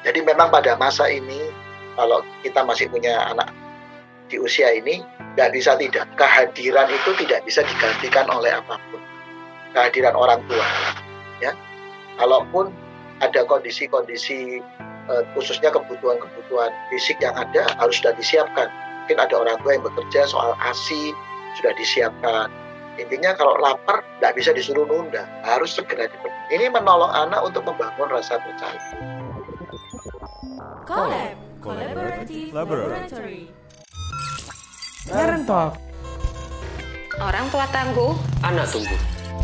Jadi memang pada masa ini, kalau kita masih punya anak di usia ini, nggak bisa tidak. Kehadiran itu tidak bisa digantikan oleh apapun. Kehadiran orang tua. Ya. Kalaupun ada kondisi-kondisi, khususnya kebutuhan-kebutuhan fisik yang ada, harus sudah disiapkan. Mungkin ada orang tua yang bekerja, soal ASI sudah disiapkan. Intinya kalau lapar, nggak bisa disuruh nunda. Harus segera dipenuhi. Ini menolong anak untuk membangun rasa percaya. Collaborative Laboratory. Parent Talk. Orang tua tangguh, anak tunggu.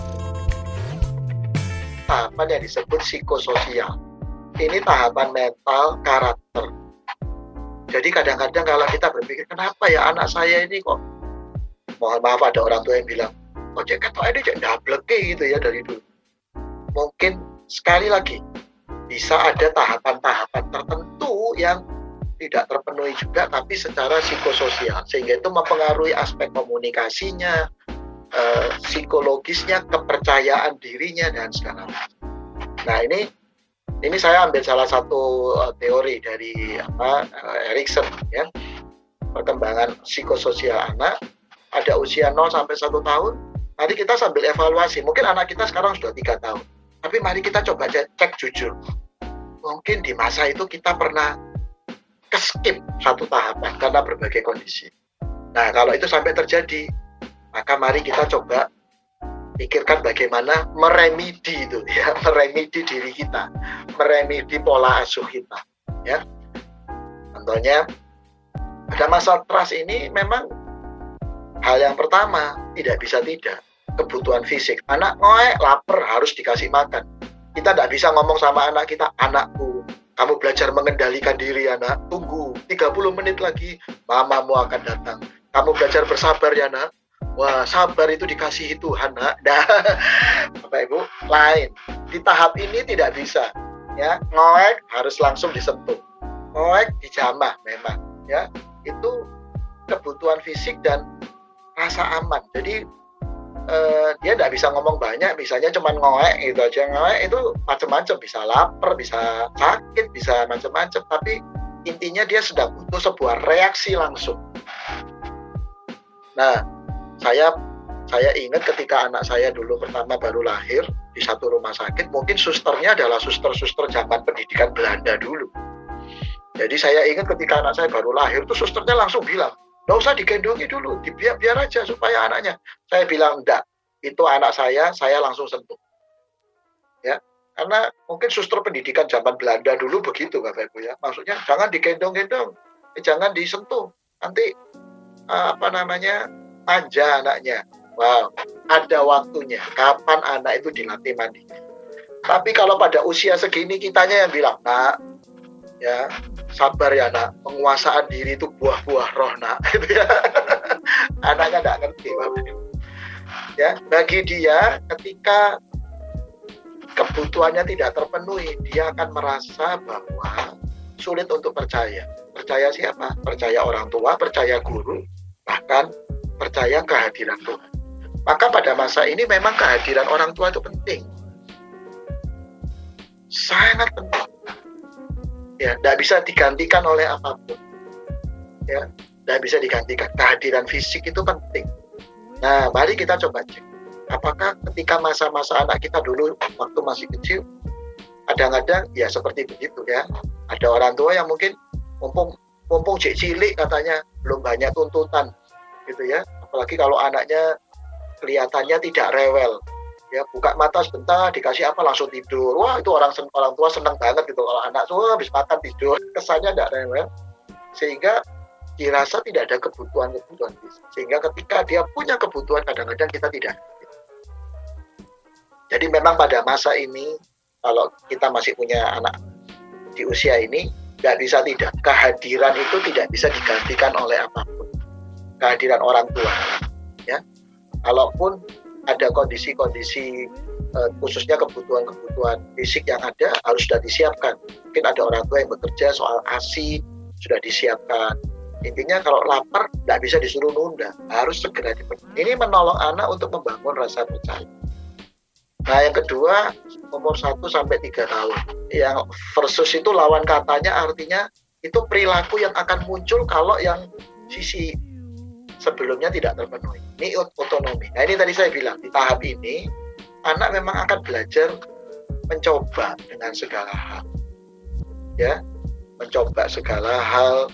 Tahapan yang disebut psikososial. Ini tahapan mental karakter. Jadi kadang-kadang kalau kita berpikir, kenapa ya anak saya ini kok, mohon maaf ada orang tua yang bilang, kok cek ketok ini cek dableke gitu ya dari dulu. Mungkin sekali lagi, bisa ada tahapan-tahapan tertentu yang tidak terpenuhi juga, tapi secara psikososial, sehingga itu mempengaruhi aspek komunikasinya, psikologisnya, kepercayaan dirinya, dan segala macam. Nah ini saya ambil salah satu teori dari Erikson, ya, perkembangan psikososial anak. Ada usia 0 sampai 1 tahun. Mari kita sambil evaluasi. Mungkin anak kita sekarang sudah 3 tahun, tapi mari kita coba cek jujur. Mungkin di masa itu kita pernah keskip satu tahapan karena berbagai kondisi. Nah, kalau itu sampai terjadi, maka mari kita coba pikirkan bagaimana meremedi itu, ya, meremedi diri kita, meremedi pola asuh kita, ya. Contohnya, pada masa trust ini memang hal yang pertama tidak bisa tidak, kebutuhan fisik. Anak ngoek, lapar, harus dikasih makan. Kita tidak bisa ngomong sama anak kita, anakku, kamu belajar mengendalikan diri anak, tunggu 30 menit lagi mamamu akan datang. Kamu belajar bersabar ya nak. Wah, sabar itu dikasihi Tuhan nak. Nah, Bapak Ibu, lain. Di tahap ini tidak bisa, ya. Ngoek harus langsung disentuh. Ngoek dijamah memang, ya. Itu kebutuhan fisik dan rasa aman. Jadi dia tidak bisa ngomong banyak, misalnya cuma ngoek gitu aja. Ngoek itu macam-macam, bisa lapar, bisa sakit, bisa macam-macam, tapi intinya dia sedang butuh sebuah reaksi langsung. Nah, saya ingat ketika anak saya dulu pertama baru lahir di satu rumah sakit, mungkin susternya adalah suster-suster zaman pendidikan Belanda dulu. Jadi saya ingat ketika anak saya baru lahir tuh susternya langsung bilang, nggak usah digendongi dulu, biar aja supaya anaknya. Saya bilang enggak, itu anak saya langsung sentuh. Ya, karena mungkin suster pendidikan zaman Belanda dulu begitu Bapak Ibu ya. Maksudnya jangan digendong-gendong, jangan disentuh. Nanti manja anaknya. Wow, ada waktunya. Kapan anak itu dilatih mandi. Tapi kalau pada usia segini kitanya yang bilang, nak, ya sabar ya nak, penguasaan diri itu buah-buah roh nak, gitu ya. Anaknya nggak ngerti, Bapak. Ya, bagi dia ketika kebutuhannya tidak terpenuhi, dia akan merasa bahwa sulit untuk percaya. Percaya siapa? Percaya orang tua, percaya guru, bahkan percaya kehadiran Tuhan. Maka pada masa ini memang kehadiran orang tua itu penting, sangat penting. Ya, tidak bisa digantikan oleh apapun. Ya, tidak bisa digantikan. Kehadiran fisik itu penting. Nah, mari kita coba cek. Apakah ketika masa-masa anak kita dulu waktu masih kecil, kadang-kadang ya seperti begitu ya. Ada orang tua yang mungkin mumpung cilik katanya belum banyak tuntutan, gitu ya. Apalagi kalau anaknya kelihatannya tidak rewel. Ya, buka mata sebentar, dikasih apa langsung tidur. Wah, itu orang tua senang banget gitu. Kalau anak tuh habis makan tidur, kesannya tidak rewel. Sehingga dirasa tidak ada kebutuhan fisik. Sehingga ketika dia punya kebutuhan, kadang-kadang kita tidak. Jadi memang pada masa ini, kalau kita masih punya anak di usia ini, nggak bisa tidak. Kehadiran itu tidak bisa digantikan oleh apapun. Kehadiran orang tua. Ya, kalaupun ada kondisi-kondisi khususnya kebutuhan fisik yang ada harus sudah disiapkan. Mungkin ada orang tua yang bekerja, soal ASI sudah disiapkan. Intinya kalau lapar tidak bisa disuruh nunda, harus segera dipenuhi. Ini menolong anak untuk membangun rasa percaya. Nah, yang kedua umur 1 sampai 3 tahun. Yang versus itu lawan katanya artinya itu perilaku yang akan muncul kalau yang sisi sebelumnya tidak terpenuhi. Ini otonomi. Nah, ini tadi saya bilang di tahap ini anak memang akan belajar mencoba dengan segala hal. Ya, mencoba segala hal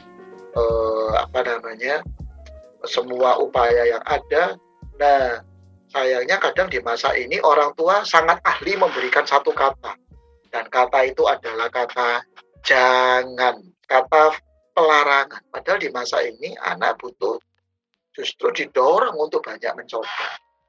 semua upaya yang ada. Nah, sayangnya kadang di masa ini orang tua sangat ahli memberikan satu kata. Dan kata itu adalah kata jangan, kata pelarangan. Padahal di masa ini anak butuh justru didorong untuk banyak mencoba.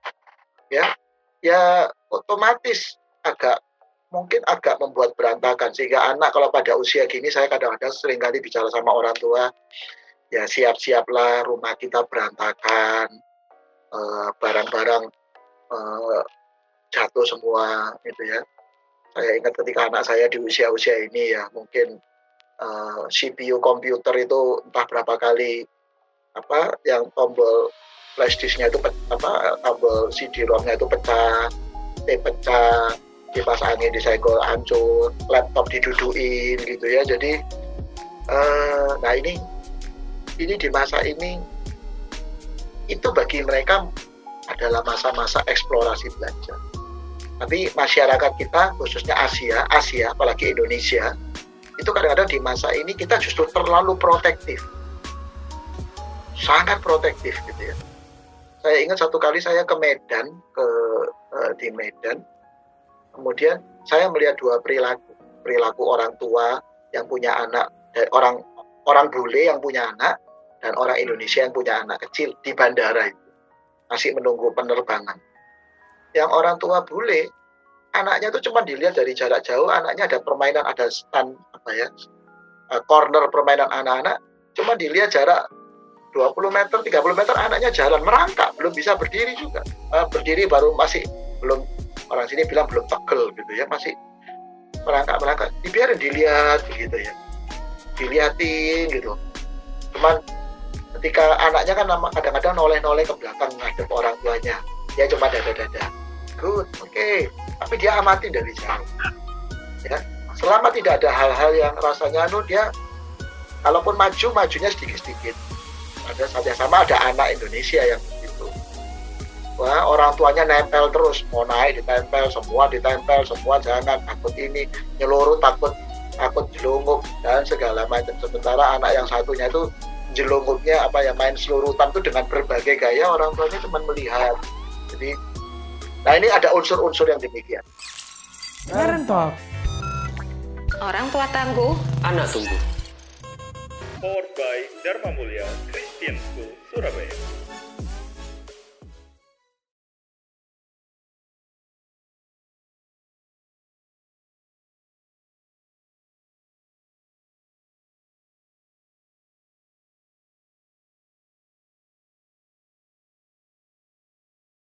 Ya otomatis mungkin agak membuat berantakan. Sehingga anak kalau pada usia gini, saya kadang-kadang seringkali bicara sama orang tua, ya siap-siaplah rumah kita berantakan, barang-barang jatuh semua gitu ya. Saya ingat ketika anak saya di usia-usia ini ya, mungkin CPU komputer itu entah berapa kali yang tombol flash disknya itu tombol CD-ROM-nya itu pecah, tape pecah, kipas angin disenggol hancur, laptop diduduin gitu ya. Jadi nah ini di masa ini itu bagi mereka adalah masa-masa eksplorasi belajar. Tapi masyarakat kita khususnya Asia apalagi Indonesia itu kadang-kadang di masa ini kita justru terlalu protektif, sangat protektif gitu ya. Saya ingat satu kali saya ke Medan, di Medan, kemudian saya melihat dua perilaku orang tua yang punya anak, orang bule yang punya anak dan orang Indonesia yang punya anak kecil di bandara itu masih menunggu penerbangan. Yang orang tua bule, anaknya itu cuma dilihat dari jarak jauh, anaknya ada permainan, ada stand corner permainan anak-anak, cuma dilihat jarak 20 meter, 30 meter, anaknya jalan merangkak, belum bisa berdiri juga. Berdiri baru masih belum, orang sini bilang belum pegel gitu ya, masih merangkak. Dibiarin dilihat begitu ya. Dilihatin gitu. Cuman ketika anaknya kan kadang-kadang noleh-noleh ke belakang ngadep orang tuanya. Dia cuma dada-dada. Good, oke. Tapi dia amatin dari jauh. Ya. Selama tidak ada hal-hal yang rasanya dia kalaupun majunya sedikit-sedikit. Ada saat yang sama ada anak Indonesia yang begitu. Wah, orang tuanya nempel terus, mau naik ditempel, semua jangan, takut ini, nyelurut takut jelungup dan segala macam. Sementara anak yang satunya itu jelungupnya main selurutan itu dengan berbagai gaya, orang tuanya cuma melihat. Jadi, nah ini ada unsur-unsur yang demikian. Parent Talk. Orang tua tangguh, anak tunggu. Powered by Dharma Mulia Christian School, Surabaya.